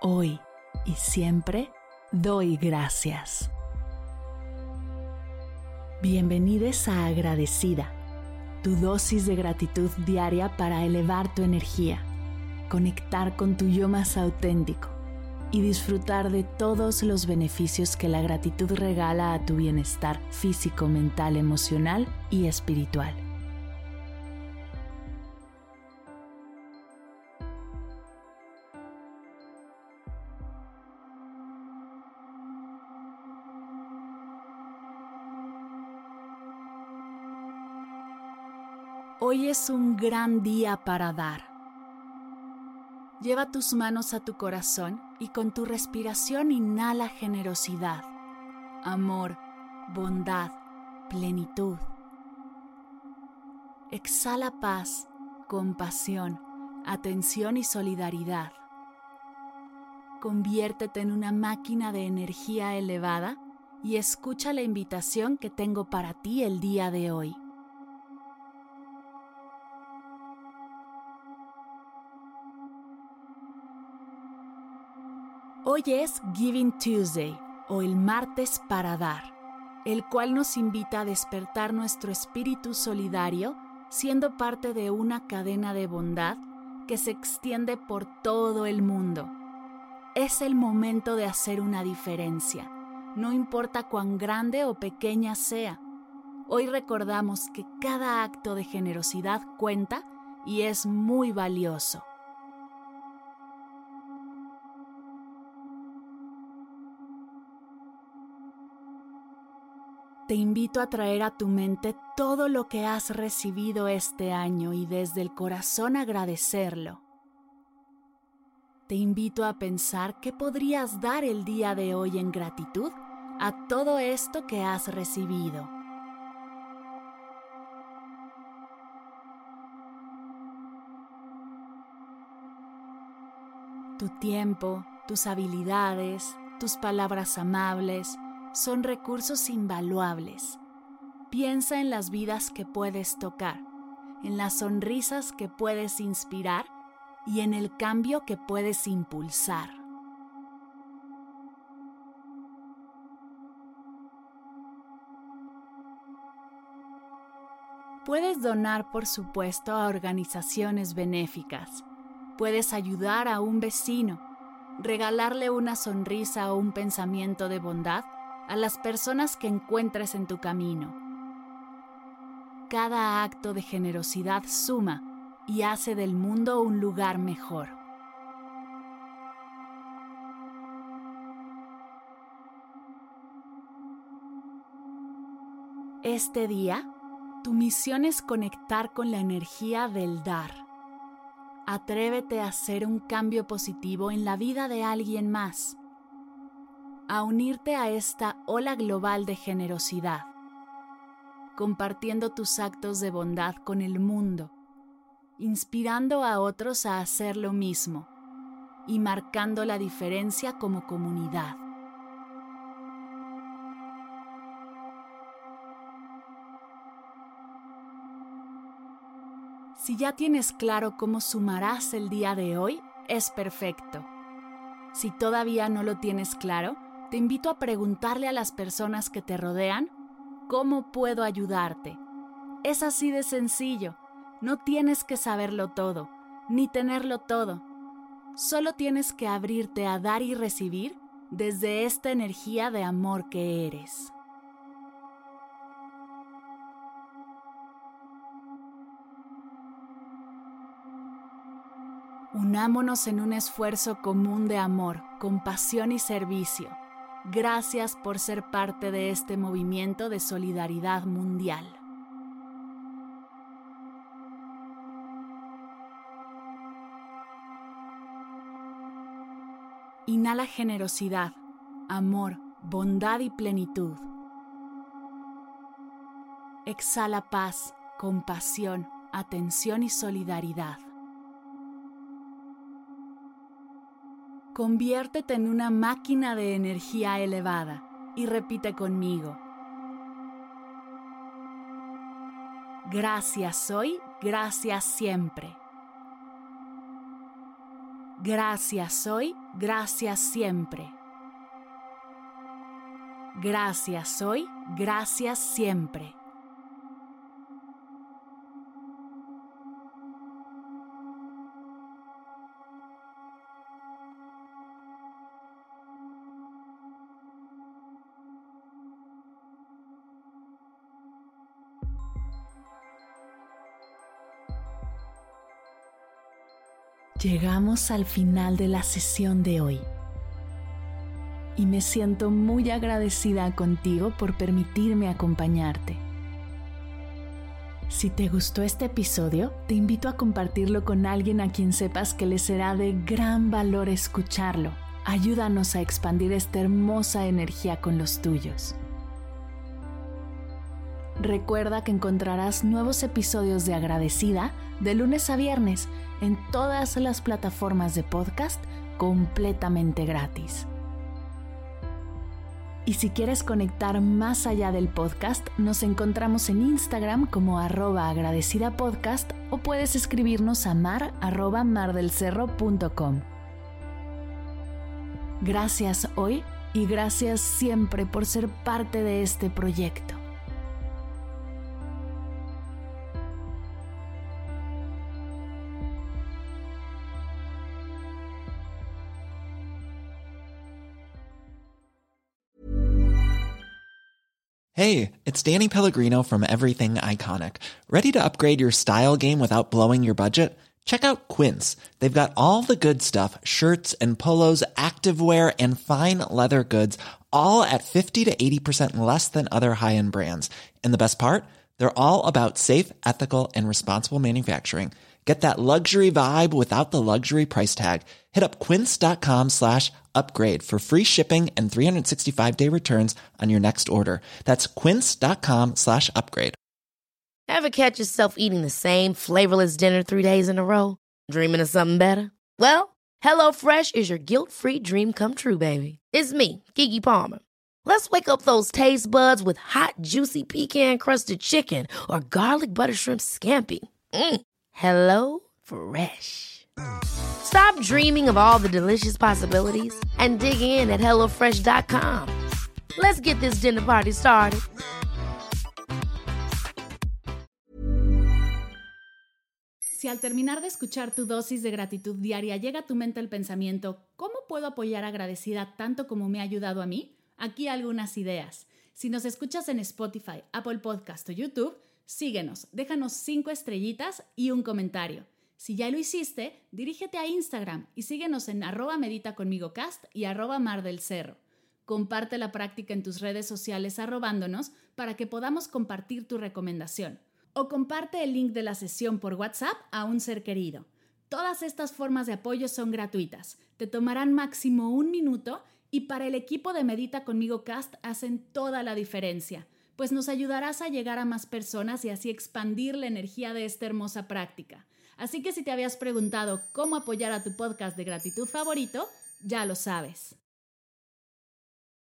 hoy y siempre doy gracias. Bienvenidos a Agradecida, tu dosis de gratitud diaria para elevar tu energía, conectar con tu yo más auténtico y disfrutar de todos los beneficios que la gratitud regala a tu bienestar físico, mental, emocional y espiritual. Hoy es un gran día para dar. Lleva tus manos a tu corazón y con tu respiración inhala generosidad, amor, bondad, plenitud. Exhala paz, compasión, atención y solidaridad. Conviértete en una máquina de energía elevada y escucha la invitación que tengo para ti el día de hoy. Hoy es Giving Tuesday, o el martes para dar, el cual nos invita a despertar nuestro espíritu solidario, siendo parte de una cadena de bondad que se extiende por todo el mundo. Es el momento de hacer una diferencia, no importa cuán grande o pequeña sea. Hoy recordamos que cada acto de generosidad cuenta y es muy valioso. Te invito a traer a tu mente todo lo que has recibido este año y desde el corazón agradecerlo. Te invito a pensar qué podrías dar el día de hoy en gratitud a todo esto que has recibido. Tu tiempo, tus habilidades, tus palabras amables son recursos invaluables. Piensa en las vidas que puedes tocar, en las sonrisas que puedes inspirar y en el cambio que puedes impulsar. Puedes donar, por supuesto, a organizaciones benéficas. Puedes ayudar a un vecino, regalarle una sonrisa o un pensamiento de bondad a las personas que encuentres en tu camino. Cada acto de generosidad suma y hace del mundo un lugar mejor. Este día, tu misión es conectar con la energía del dar. Atrévete a hacer un cambio positivo en la vida de alguien más, a unirte a esta ola global de generosidad, compartiendo tus actos de bondad con el mundo, inspirando a otros a hacer lo mismo y marcando la diferencia como comunidad. Si ya tienes claro cómo sumarás el día de hoy, es perfecto. Si todavía no lo tienes claro, te invito a preguntarle a las personas que te rodean, ¿cómo puedo ayudarte? Es así de sencillo. No tienes que saberlo todo, ni tenerlo todo. Solo tienes que abrirte a dar y recibir desde esta energía de amor que eres. Unámonos en un esfuerzo común de amor, compasión y servicio. Gracias por ser parte de este movimiento de solidaridad mundial. Inhala generosidad, amor, bondad y plenitud. Exhala paz, compasión, atención y solidaridad. Conviértete en una máquina de energía elevada y repite conmigo. Gracias hoy, gracias siempre. Gracias hoy, gracias siempre. Gracias hoy, gracias siempre. Llegamos al final de la sesión de hoy y me siento muy agradecida contigo por permitirme acompañarte. Si te gustó este episodio, te invito a compartirlo con alguien a quien sepas que le será de gran valor escucharlo. Ayúdanos a expandir esta hermosa energía con los tuyos. Recuerda que encontrarás nuevos episodios de Agradecida de lunes a viernes en todas las plataformas de podcast completamente gratis. Y si quieres conectar más allá del podcast, nos encontramos en Instagram como @agradecidapodcast o puedes escribirnos a mar@mardelcerro.com. Gracias hoy y gracias siempre por ser parte de este proyecto. Hey, it's Danny Pellegrino from Everything Iconic. Ready to upgrade your style game without blowing your budget? Check out Quince. They've got all the good stuff, shirts and polos, activewear, and fine leather goods, all at 50 to 80% less than other high-end brands. And the best part? They're all about safe, ethical, and responsible manufacturing. Get that luxury vibe without the luxury price tag. Hit up quince.com/upgrade for free shipping and 365-day returns on your next order. That's quince.com/upgrade. Ever catch yourself eating the same flavorless dinner 3 days in a row? Dreaming of something better? Well, HelloFresh is your guilt-free dream come true, baby. It's me, Keke Palmer. Let's wake up those taste buds with hot, juicy pecan-crusted chicken or garlic butter shrimp scampi. Hello Fresh. Stop dreaming of all the delicious possibilities and dig in at HelloFresh.com. Let's get this dinner party started. Si al terminar de escuchar tu dosis de gratitud diaria llega a tu mente el pensamiento, ¿cómo puedo apoyar Agradecida tanto como me ha ayudado a mí? Aquí algunas ideas. Si nos escuchas en Spotify, Apple Podcast o YouTube, síguenos, déjanos 5 estrellitas y un comentario. Si ya lo hiciste, dirígete a Instagram y síguenos en @meditaconmigocast y @mardelcerro. Comparte la práctica en tus redes sociales arrobándonos para que podamos compartir tu recomendación. O comparte el link de la sesión por WhatsApp a un ser querido. Todas estas formas de apoyo son gratuitas. Te tomarán máximo 1 minuto y para el equipo de Medita Conmigo Cast hacen toda la diferencia, pues nos ayudarás a llegar a más personas y así expandir la energía de esta hermosa práctica. Así que si te habías preguntado cómo apoyar a tu podcast de gratitud favorito, ya lo sabes.